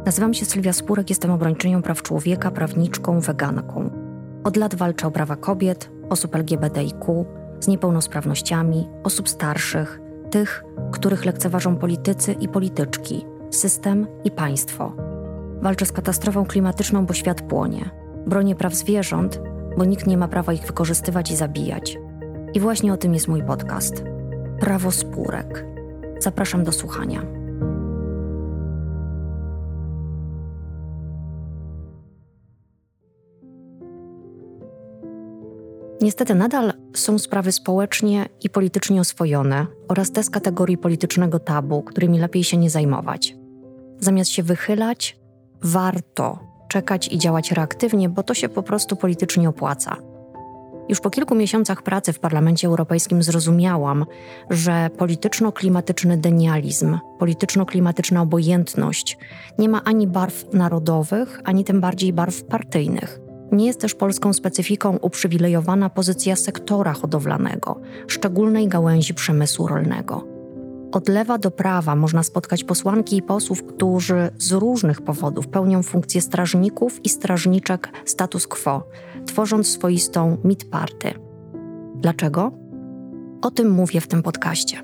Nazywam się Sylwia Spurek, jestem obrończynią praw człowieka, prawniczką, weganką. Od lat walczę o prawa kobiet, osób LGBTIQ, z niepełnosprawnościami, osób starszych, tych, których lekceważą politycy i polityczki, system i państwo. Walczę z katastrofą klimatyczną, bo świat płonie. Bronię praw zwierząt, bo nikt nie ma prawa ich wykorzystywać i zabijać. I właśnie o tym jest mój podcast. Prawo Spurek. Zapraszam do słuchania. Niestety nadal są sprawy społecznie i politycznie oswojone oraz te z kategorii politycznego tabu, którymi lepiej się nie zajmować. Zamiast się wychylać, warto czekać i działać reaktywnie, bo to się po prostu politycznie opłaca. Już po kilku miesiącach pracy w Parlamencie Europejskim zrozumiałam, że polityczno-klimatyczny denializm, polityczno-klimatyczna obojętność nie ma ani barw narodowych, ani tym bardziej barw partyjnych. Nie jest też polską specyfiką uprzywilejowana pozycja sektora hodowlanego, szczególnej gałęzi przemysłu rolnego. Od lewa do prawa można spotkać posłanki i posłów, którzy z różnych powodów pełnią funkcję strażników i strażniczek status quo, tworząc swoistą mid-party. Dlaczego? O tym mówię w tym podcaście.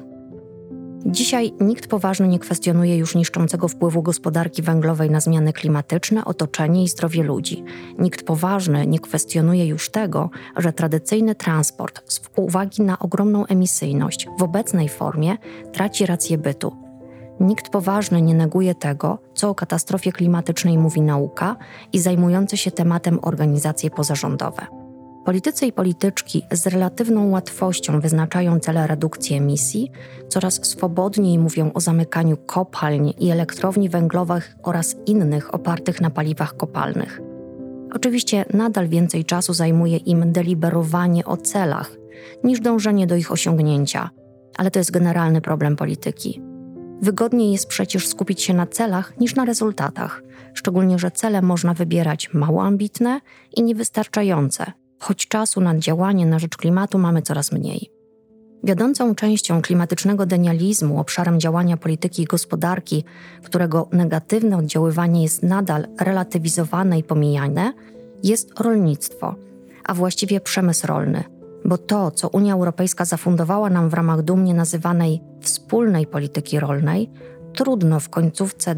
Dzisiaj nikt poważny nie kwestionuje już niszczącego wpływu gospodarki węglowej na zmiany klimatyczne, otoczenie i zdrowie ludzi. Nikt poważny nie kwestionuje już tego, że tradycyjny transport z uwagi na ogromną emisyjność w obecnej formie traci rację bytu. Nikt poważny nie neguje tego, co o katastrofie klimatycznej mówi nauka i zajmujące się tematem organizacje pozarządowe. Politycy i polityczki z relatywną łatwością wyznaczają cele redukcji emisji, coraz swobodniej mówią o zamykaniu kopalń i elektrowni węglowych oraz innych opartych na paliwach kopalnych. Oczywiście nadal więcej czasu zajmuje im deliberowanie o celach, niż dążenie do ich osiągnięcia, ale to jest generalny problem polityki. Wygodniej jest przecież skupić się na celach niż na rezultatach, szczególnie że cele można wybierać mało ambitne i niewystarczające, choć czasu na działanie na rzecz klimatu mamy coraz mniej. Wiodącą częścią klimatycznego denializmu, obszarem działania polityki i gospodarki, którego negatywne oddziaływanie jest nadal relatywizowane i pomijane, jest rolnictwo, a właściwie przemysł rolny. Bo to, co Unia Europejska zafundowała nam w ramach dumnie nazywanej wspólnej polityki rolnej, trudno w końcówce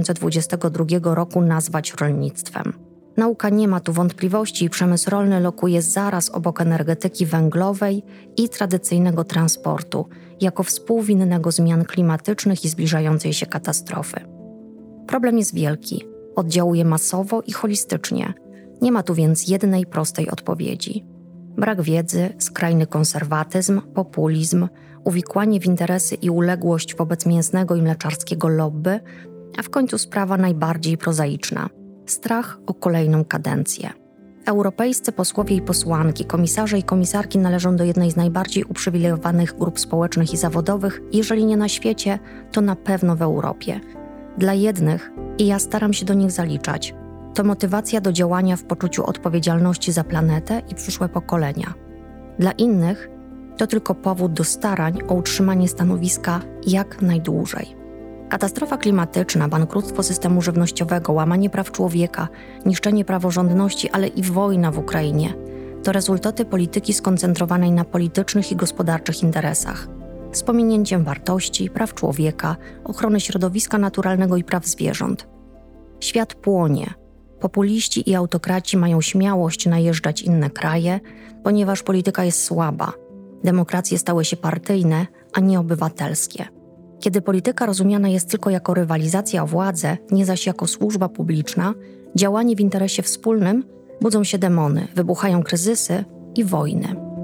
2022 roku nazwać rolnictwem. Nauka nie ma tu wątpliwości i przemysł rolny lokuje zaraz obok energetyki węglowej i tradycyjnego transportu, jako współwinnego zmian klimatycznych i zbliżającej się katastrofy. Problem jest wielki, oddziałuje masowo i holistycznie. Nie ma tu więc jednej prostej odpowiedzi. Brak wiedzy, skrajny konserwatyzm, populizm, uwikłanie w interesy i uległość wobec mięsnego i mleczarskiego lobby, a w końcu sprawa najbardziej prozaiczna – strach o kolejną kadencję. Europejscy posłowie i posłanki, komisarze i komisarki należą do jednej z najbardziej uprzywilejowanych grup społecznych i zawodowych, jeżeli nie na świecie, to na pewno w Europie. Dla jednych, i ja staram się do nich zaliczać, to motywacja do działania w poczuciu odpowiedzialności za planetę i przyszłe pokolenia. Dla innych to tylko powód do starań o utrzymanie stanowiska jak najdłużej. Katastrofa klimatyczna, bankructwo systemu żywnościowego, łamanie praw człowieka, niszczenie praworządności, ale i wojna w Ukrainie to rezultaty polityki skoncentrowanej na politycznych i gospodarczych interesach, z pominięciem wartości, praw człowieka, ochrony środowiska naturalnego i praw zwierząt. Świat płonie. Populiści i autokraci mają śmiałość najeżdżać inne kraje, ponieważ polityka jest słaba. Demokracje stały się partyjne, a nie obywatelskie. Kiedy polityka rozumiana jest tylko jako rywalizacja o władzę, nie zaś jako służba publiczna, działanie w interesie wspólnym, budzą się demony, wybuchają kryzysy i wojny.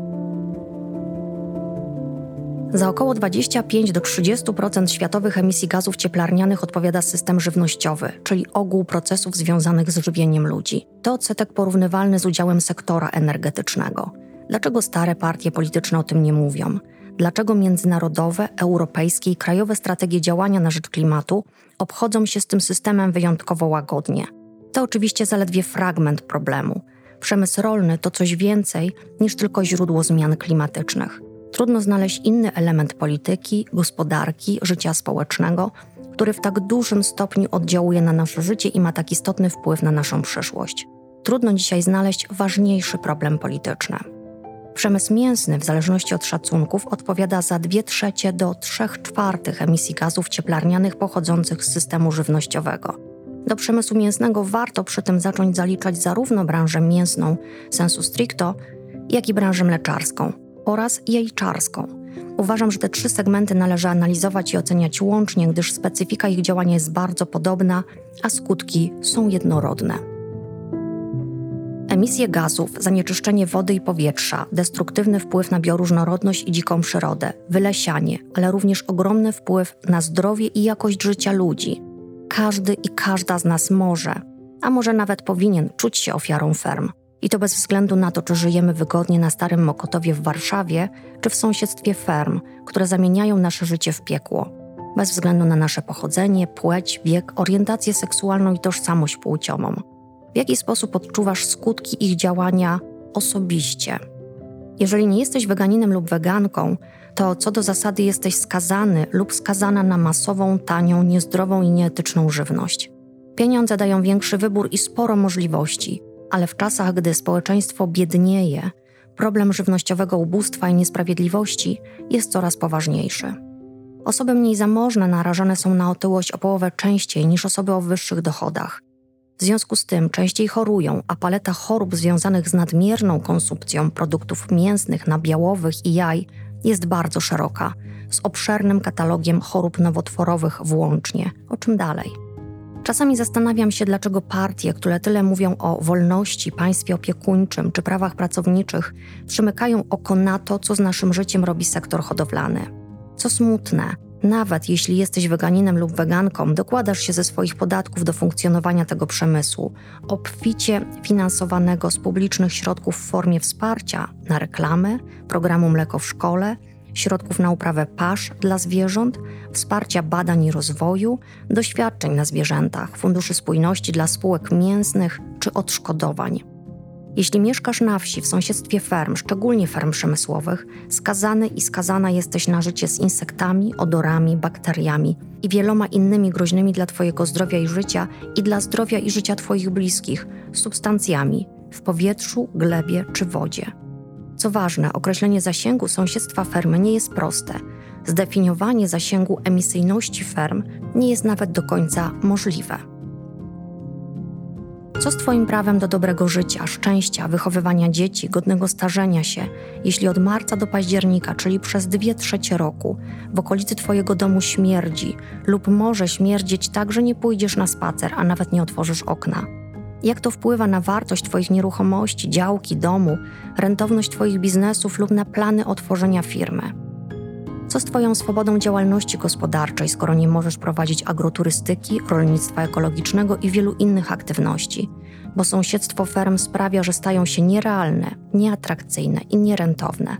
Za około 25-30% światowych emisji gazów cieplarnianych odpowiada system żywnościowy, czyli ogół procesów związanych z żywieniem ludzi. To odsetek porównywalny z udziałem sektora energetycznego. Dlaczego stare partie polityczne o tym nie mówią? Dlaczego międzynarodowe, europejskie i krajowe strategie działania na rzecz klimatu obchodzą się z tym systemem wyjątkowo łagodnie? To oczywiście zaledwie fragment problemu. Przemysł rolny to coś więcej niż tylko źródło zmian klimatycznych. Trudno znaleźć inny element polityki, gospodarki, życia społecznego, który w tak dużym stopniu oddziałuje na nasze życie i ma tak istotny wpływ na naszą przyszłość. Trudno dzisiaj znaleźć ważniejszy problem polityczny. Przemysł mięsny, w zależności od szacunków, odpowiada za 2/3 do 3/4 emisji gazów cieplarnianych pochodzących z systemu żywnościowego. Do przemysłu mięsnego warto przy tym zacząć zaliczać zarówno branżę mięsną sensu stricto, jak i branżę mleczarską oraz jajczarską. Uważam, że te 3 segmenty należy analizować i oceniać łącznie, gdyż specyfika ich działania jest bardzo podobna, a skutki są jednorodne. Emisje gazów, zanieczyszczenie wody i powietrza, destruktywny wpływ na bioróżnorodność i dziką przyrodę, wylesianie, ale również ogromny wpływ na zdrowie i jakość życia ludzi. Każdy i każda z nas może, a może nawet powinien czuć się ofiarą ferm. I to bez względu na to, czy żyjemy wygodnie na Starym Mokotowie w Warszawie, czy w sąsiedztwie ferm, które zamieniają nasze życie w piekło. Bez względu na nasze pochodzenie, płeć, wiek, orientację seksualną i tożsamość płciową. W jaki sposób odczuwasz skutki ich działania osobiście? Jeżeli nie jesteś weganinem lub weganką, to co do zasady jesteś skazany lub skazana na masową, tanią, niezdrową i nieetyczną żywność. Pieniądze dają większy wybór i sporo możliwości, ale w czasach, gdy społeczeństwo biednieje, problem żywnościowego ubóstwa i niesprawiedliwości jest coraz poważniejszy. Osoby mniej zamożne narażone są na otyłość o połowę częściej niż osoby o wyższych dochodach. W związku z tym częściej chorują, a paleta chorób związanych z nadmierną konsumpcją produktów mięsnych, nabiałowych i jaj jest bardzo szeroka, z obszernym katalogiem chorób nowotworowych włącznie. O czym dalej? Czasami zastanawiam się, dlaczego partie, które tyle mówią o wolności, państwie opiekuńczym czy prawach pracowniczych, przymykają oko na to, co z naszym życiem robi sektor hodowlany. Co smutne, nawet jeśli jesteś weganinem lub weganką, dokładasz się ze swoich podatków do funkcjonowania tego przemysłu, obficie finansowanego z publicznych środków w formie wsparcia na reklamę, programu Mleko w szkole, środków na uprawę pasz dla zwierząt, wsparcia badań i rozwoju, doświadczeń na zwierzętach, funduszy spójności dla spółek mięsnych czy odszkodowań. Jeśli mieszkasz na wsi, w sąsiedztwie ferm, szczególnie ferm przemysłowych, skazany i skazana jesteś na życie z insektami, odorami, bakteriami i wieloma innymi groźnymi dla twojego zdrowia i życia i dla zdrowia i życia twoich bliskich substancjami w powietrzu, glebie czy wodzie. Co ważne, określenie zasięgu sąsiedztwa fermy nie jest proste. Zdefiniowanie zasięgu emisyjności ferm nie jest nawet do końca możliwe. Co z twoim prawem do dobrego życia, szczęścia, wychowywania dzieci, godnego starzenia się, jeśli od marca do października, czyli przez 2/3 roku, w okolicy twojego domu śmierdzi lub może śmierdzieć tak, że nie pójdziesz na spacer, a nawet nie otworzysz okna? Jak to wpływa na wartość twoich nieruchomości, działki, domu, rentowność twoich biznesów lub na plany otworzenia firmy? Co z twoją swobodą działalności gospodarczej, skoro nie możesz prowadzić agroturystyki, rolnictwa ekologicznego i wielu innych aktywności? Bo sąsiedztwo ferm sprawia, że stają się nierealne, nieatrakcyjne i nierentowne.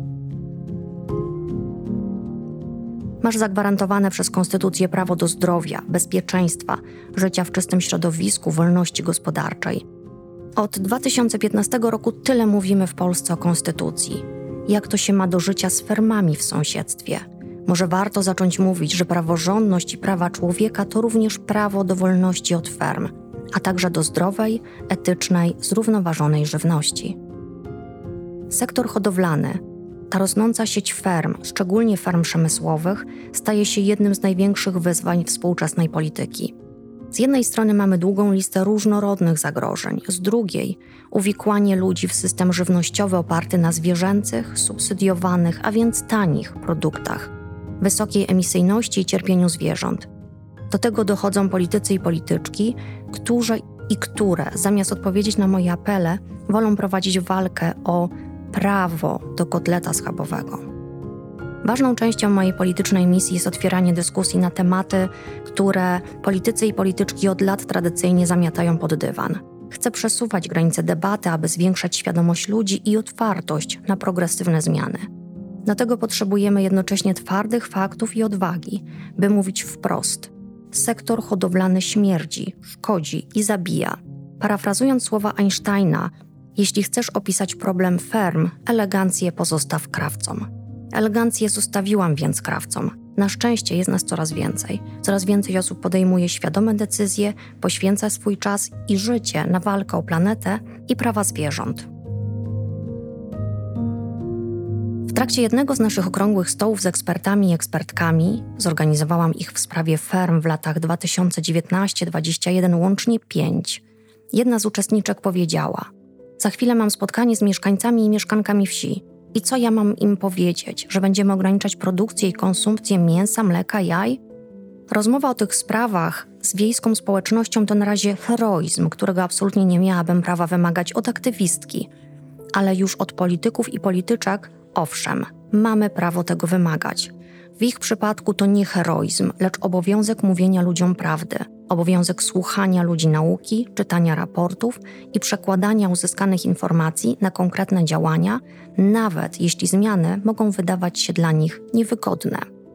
Masz zagwarantowane przez konstytucję prawo do zdrowia, bezpieczeństwa, życia w czystym środowisku, wolności gospodarczej. Od 2015 roku tyle mówimy w Polsce o konstytucji. Jak to się ma do życia z fermami w sąsiedztwie? Może warto zacząć mówić, że praworządność i prawa człowieka to również prawo do wolności od ferm, a także do zdrowej, etycznej, zrównoważonej żywności. Sektor hodowlany, ta rosnąca sieć ferm, szczególnie ferm przemysłowych, staje się jednym z największych wyzwań współczesnej polityki. Z jednej strony mamy długą listę różnorodnych zagrożeń, z drugiej uwikłanie ludzi w system żywnościowy oparty na zwierzęcych, subsydiowanych, a więc tanich produktach, wysokiej emisyjności i cierpieniu zwierząt. Do tego dochodzą politycy i polityczki, które zamiast odpowiedzieć na moje apele, wolą prowadzić walkę o prawo do kotleta schabowego. Ważną częścią mojej politycznej misji jest otwieranie dyskusji na tematy, które politycy i polityczki od lat tradycyjnie zamiatają pod dywan. Chcę przesuwać granice debaty, aby zwiększać świadomość ludzi i otwartość na progresywne zmiany. Do tego potrzebujemy jednocześnie twardych faktów i odwagi, by mówić wprost. Sektor hodowlany śmierdzi, szkodzi i zabija. Parafrazując słowa Einsteina, jeśli chcesz opisać problem ferm, elegancję pozostaw krawcom. Elegancję zostawiłam więc krawcom. Na szczęście jest nas coraz więcej. Coraz więcej osób podejmuje świadome decyzje, poświęca swój czas i życie na walkę o planetę i prawa zwierząt. W trakcie jednego z naszych okrągłych stołów z ekspertami i ekspertkami, zorganizowałam ich w sprawie ferm w latach 2019-2021 łącznie 5, jedna z uczestniczek powiedziała: za chwilę mam spotkanie z mieszkańcami i mieszkankami wsi. I co ja mam im powiedzieć, że będziemy ograniczać produkcję i konsumpcję mięsa, mleka, jaj? Rozmowa o tych sprawach z wiejską społecznością to na razie heroizm, którego absolutnie nie miałabym prawa wymagać od aktywistki. Ale już od polityków i polityczek, owszem, mamy prawo tego wymagać. W ich przypadku to nie heroizm, lecz obowiązek mówienia ludziom prawdy. Obowiązek słuchania ludzi nauki, czytania raportów i przekładania uzyskanych informacji na konkretne działania, nawet jeśli zmiany mogą wydawać się dla nich niewygodne.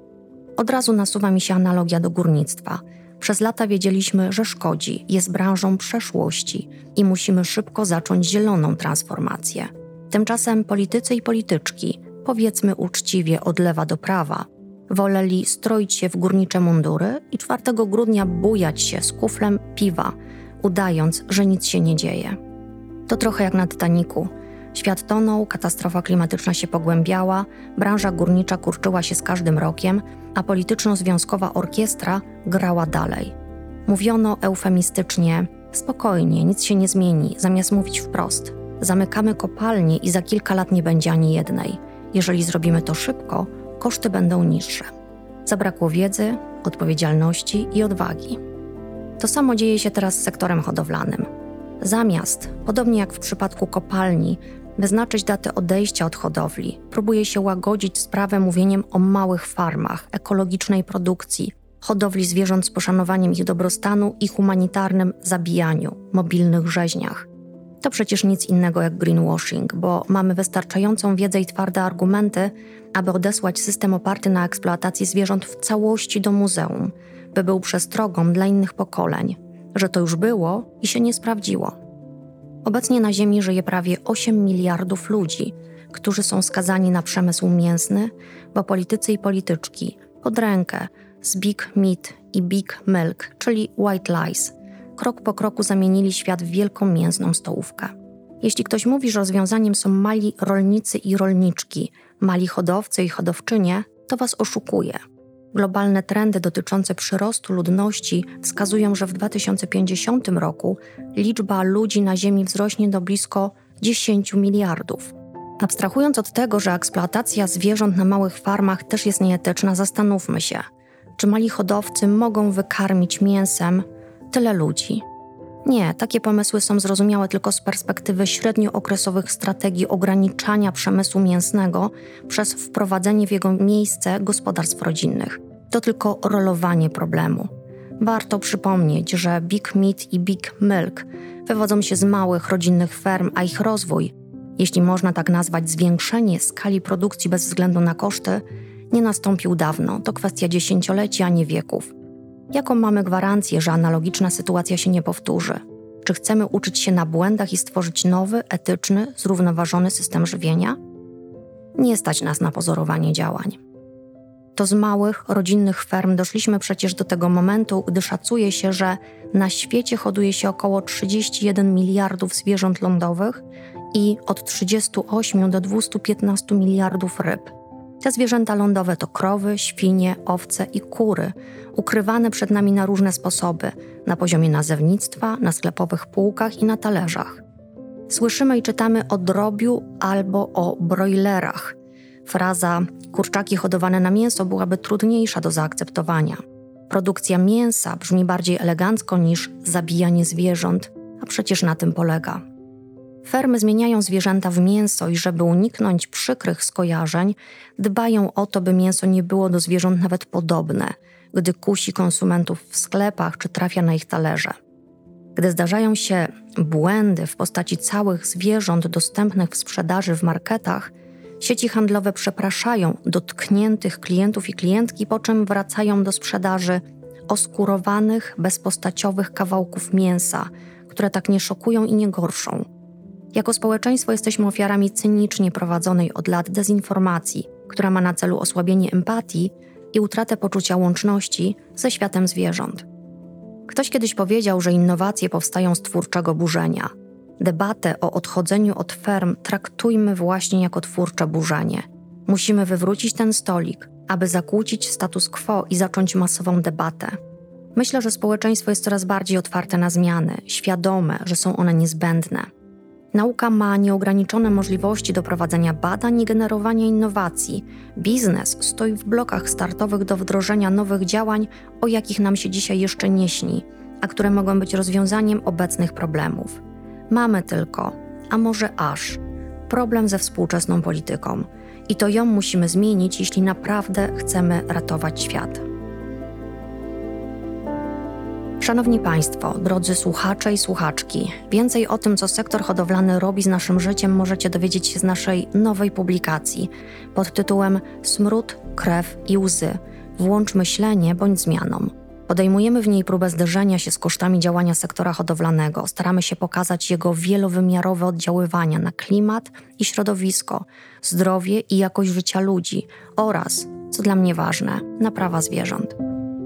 Od razu nasuwa mi się analogia do górnictwa. Przez lata wiedzieliśmy, że szkodzi, jest branżą przeszłości i musimy szybko zacząć zieloną transformację. Tymczasem politycy i polityczki, powiedzmy uczciwie od lewa do prawa, woleli stroić się w górnicze mundury i 4 grudnia bujać się z kuflem piwa, udając, że nic się nie dzieje. To trochę jak na Titanicu. Świat tonął, katastrofa klimatyczna się pogłębiała, branża górnicza kurczyła się z każdym rokiem, a polityczno-związkowa orkiestra grała dalej. Mówiono eufemistycznie: spokojnie, nic się nie zmieni, zamiast mówić wprost: zamykamy kopalnie i za kilka lat nie będzie ani jednej. Jeżeli zrobimy to szybko, koszty będą niższe. Zabrakło wiedzy, odpowiedzialności i odwagi. To samo dzieje się teraz z sektorem hodowlanym. Zamiast, podobnie jak w przypadku kopalni, wyznaczyć datę odejścia od hodowli, próbuje się łagodzić sprawę mówieniem o małych farmach, ekologicznej produkcji, hodowli zwierząt z poszanowaniem ich dobrostanu i humanitarnym zabijaniu, mobilnych rzeźniach. To przecież nic innego jak greenwashing, bo mamy wystarczającą wiedzę i twarde argumenty, aby odesłać system oparty na eksploatacji zwierząt w całości do muzeum, by był przestrogą dla innych pokoleń, że to już było i się nie sprawdziło. Obecnie na Ziemi żyje prawie 8 miliardów ludzi, którzy są skazani na przemysł mięsny, bo politycy i polityczki pod rękę z Big Meat i Big Milk, czyli White Lies, krok po kroku zamienili świat w wielką mięsną stołówkę. Jeśli ktoś mówi, że rozwiązaniem są mali rolnicy i rolniczki, mali hodowcy i hodowczynie, to was oszukuje. Globalne trendy dotyczące przyrostu ludności wskazują, że w 2050 roku liczba ludzi na Ziemi wzrośnie do blisko 10 miliardów. Abstrahując od tego, że eksploatacja zwierząt na małych farmach też jest nieetyczna, zastanówmy się, czy mali hodowcy mogą wykarmić mięsem tyle ludzi? Nie, takie pomysły są zrozumiałe tylko z perspektywy średniookresowych strategii ograniczania przemysłu mięsnego przez wprowadzenie w jego miejsce gospodarstw rodzinnych. To tylko rolowanie problemu. Warto przypomnieć, że Big Meat i Big Milk wywodzą się z małych rodzinnych ferm, a ich rozwój, jeśli można tak nazwać zwiększenie skali produkcji bez względu na koszty, nie nastąpił dawno. To kwestia dziesięcioleci, a nie wieków. Jaką mamy gwarancję, że analogiczna sytuacja się nie powtórzy? Czy chcemy uczyć się na błędach i stworzyć nowy, etyczny, zrównoważony system żywienia? Nie stać nas na pozorowanie działań. To z małych, rodzinnych ferm doszliśmy przecież do tego momentu, gdy szacuje się, że na świecie hoduje się około 31 miliardów zwierząt lądowych i od 38 do 215 miliardów ryb. Te zwierzęta lądowe to krowy, świnie, owce i kury, ukrywane przed nami na różne sposoby, na poziomie nazewnictwa, na sklepowych półkach i na talerzach. Słyszymy i czytamy o drobiu albo o brojlerach. Fraza „kurczaki hodowane na mięso” byłaby trudniejsza do zaakceptowania. Produkcja mięsa brzmi bardziej elegancko niż zabijanie zwierząt, a przecież na tym polega. Fermy zmieniają zwierzęta w mięso i żeby uniknąć przykrych skojarzeń, dbają o to, by mięso nie było do zwierząt nawet podobne, gdy kusi konsumentów w sklepach czy trafia na ich talerze. Gdy zdarzają się błędy w postaci całych zwierząt dostępnych w sprzedaży w marketach, sieci handlowe przepraszają dotkniętych klientów i klientki, po czym wracają do sprzedaży oskurowanych, bezpostaciowych kawałków mięsa, które tak nie szokują i nie gorszą. Jako społeczeństwo jesteśmy ofiarami cynicznie prowadzonej od lat dezinformacji, która ma na celu osłabienie empatii i utratę poczucia łączności ze światem zwierząt. Ktoś kiedyś powiedział, że innowacje powstają z twórczego burzenia. Debatę o odchodzeniu od ferm traktujmy właśnie jako twórcze burzenie. Musimy wywrócić ten stolik, aby zakłócić status quo i zacząć masową debatę. Myślę, że społeczeństwo jest coraz bardziej otwarte na zmiany, świadome, że są one niezbędne. Nauka ma nieograniczone możliwości do prowadzenia badań i generowania innowacji. Biznes stoi w blokach startowych do wdrożenia nowych działań, o jakich nam się dzisiaj jeszcze nie śni, a które mogą być rozwiązaniem obecnych problemów. Mamy tylko, a może aż, problem ze współczesną polityką. I to ją musimy zmienić, jeśli naprawdę chcemy ratować świat. Szanowni Państwo, drodzy słuchacze i słuchaczki, więcej o tym, co sektor hodowlany robi z naszym życiem, możecie dowiedzieć się z naszej nowej publikacji pod tytułem Smród, krew i łzy. Włącz myślenie bądź zmianą. Podejmujemy w niej próbę zderzenia się z kosztami działania sektora hodowlanego. Staramy się pokazać jego wielowymiarowe oddziaływania na klimat i środowisko, zdrowie i jakość życia ludzi oraz, co dla mnie ważne, na prawa zwierząt.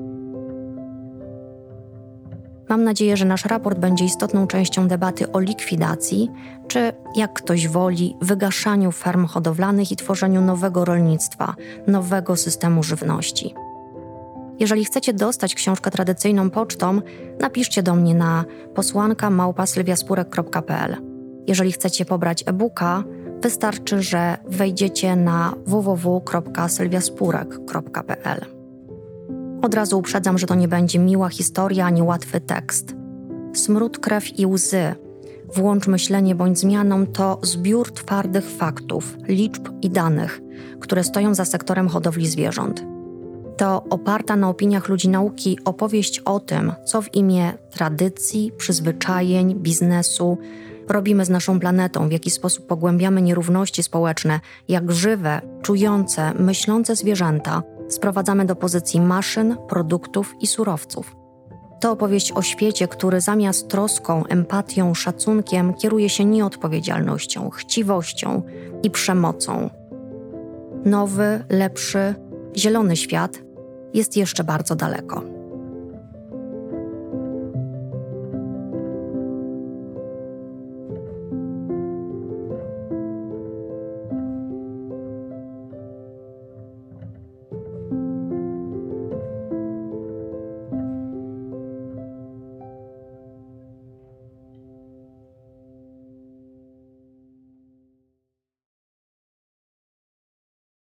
Mam nadzieję, że nasz raport będzie istotną częścią debaty o likwidacji, czy, jak ktoś woli, wygaszaniu ferm hodowlanych i tworzeniu nowego rolnictwa, nowego systemu żywności. Jeżeli chcecie dostać książkę tradycyjną pocztą, napiszcie do mnie na posłanka@sylwiaspurek.pl. Jeżeli chcecie pobrać e-booka, wystarczy, że wejdziecie na www.sylwiaspurek.pl. Od razu uprzedzam, że to nie będzie miła historia ani łatwy tekst. Smród, krew i łzy. Włącz myślenie bądź zmianą to zbiór twardych faktów, liczb i danych, które stoją za sektorem hodowli zwierząt. To oparta na opiniach ludzi nauki opowieść o tym, co w imię tradycji, przyzwyczajeń, biznesu robimy z naszą planetą, w jaki sposób pogłębiamy nierówności społeczne, jak żywe, czujące, myślące zwierzęta sprowadzamy do pozycji maszyn, produktów i surowców. To opowieść o świecie, który zamiast troską, empatią, szacunkiem kieruje się nieodpowiedzialnością, chciwością i przemocą. Nowy, lepszy, zielony świat jest jeszcze bardzo daleko.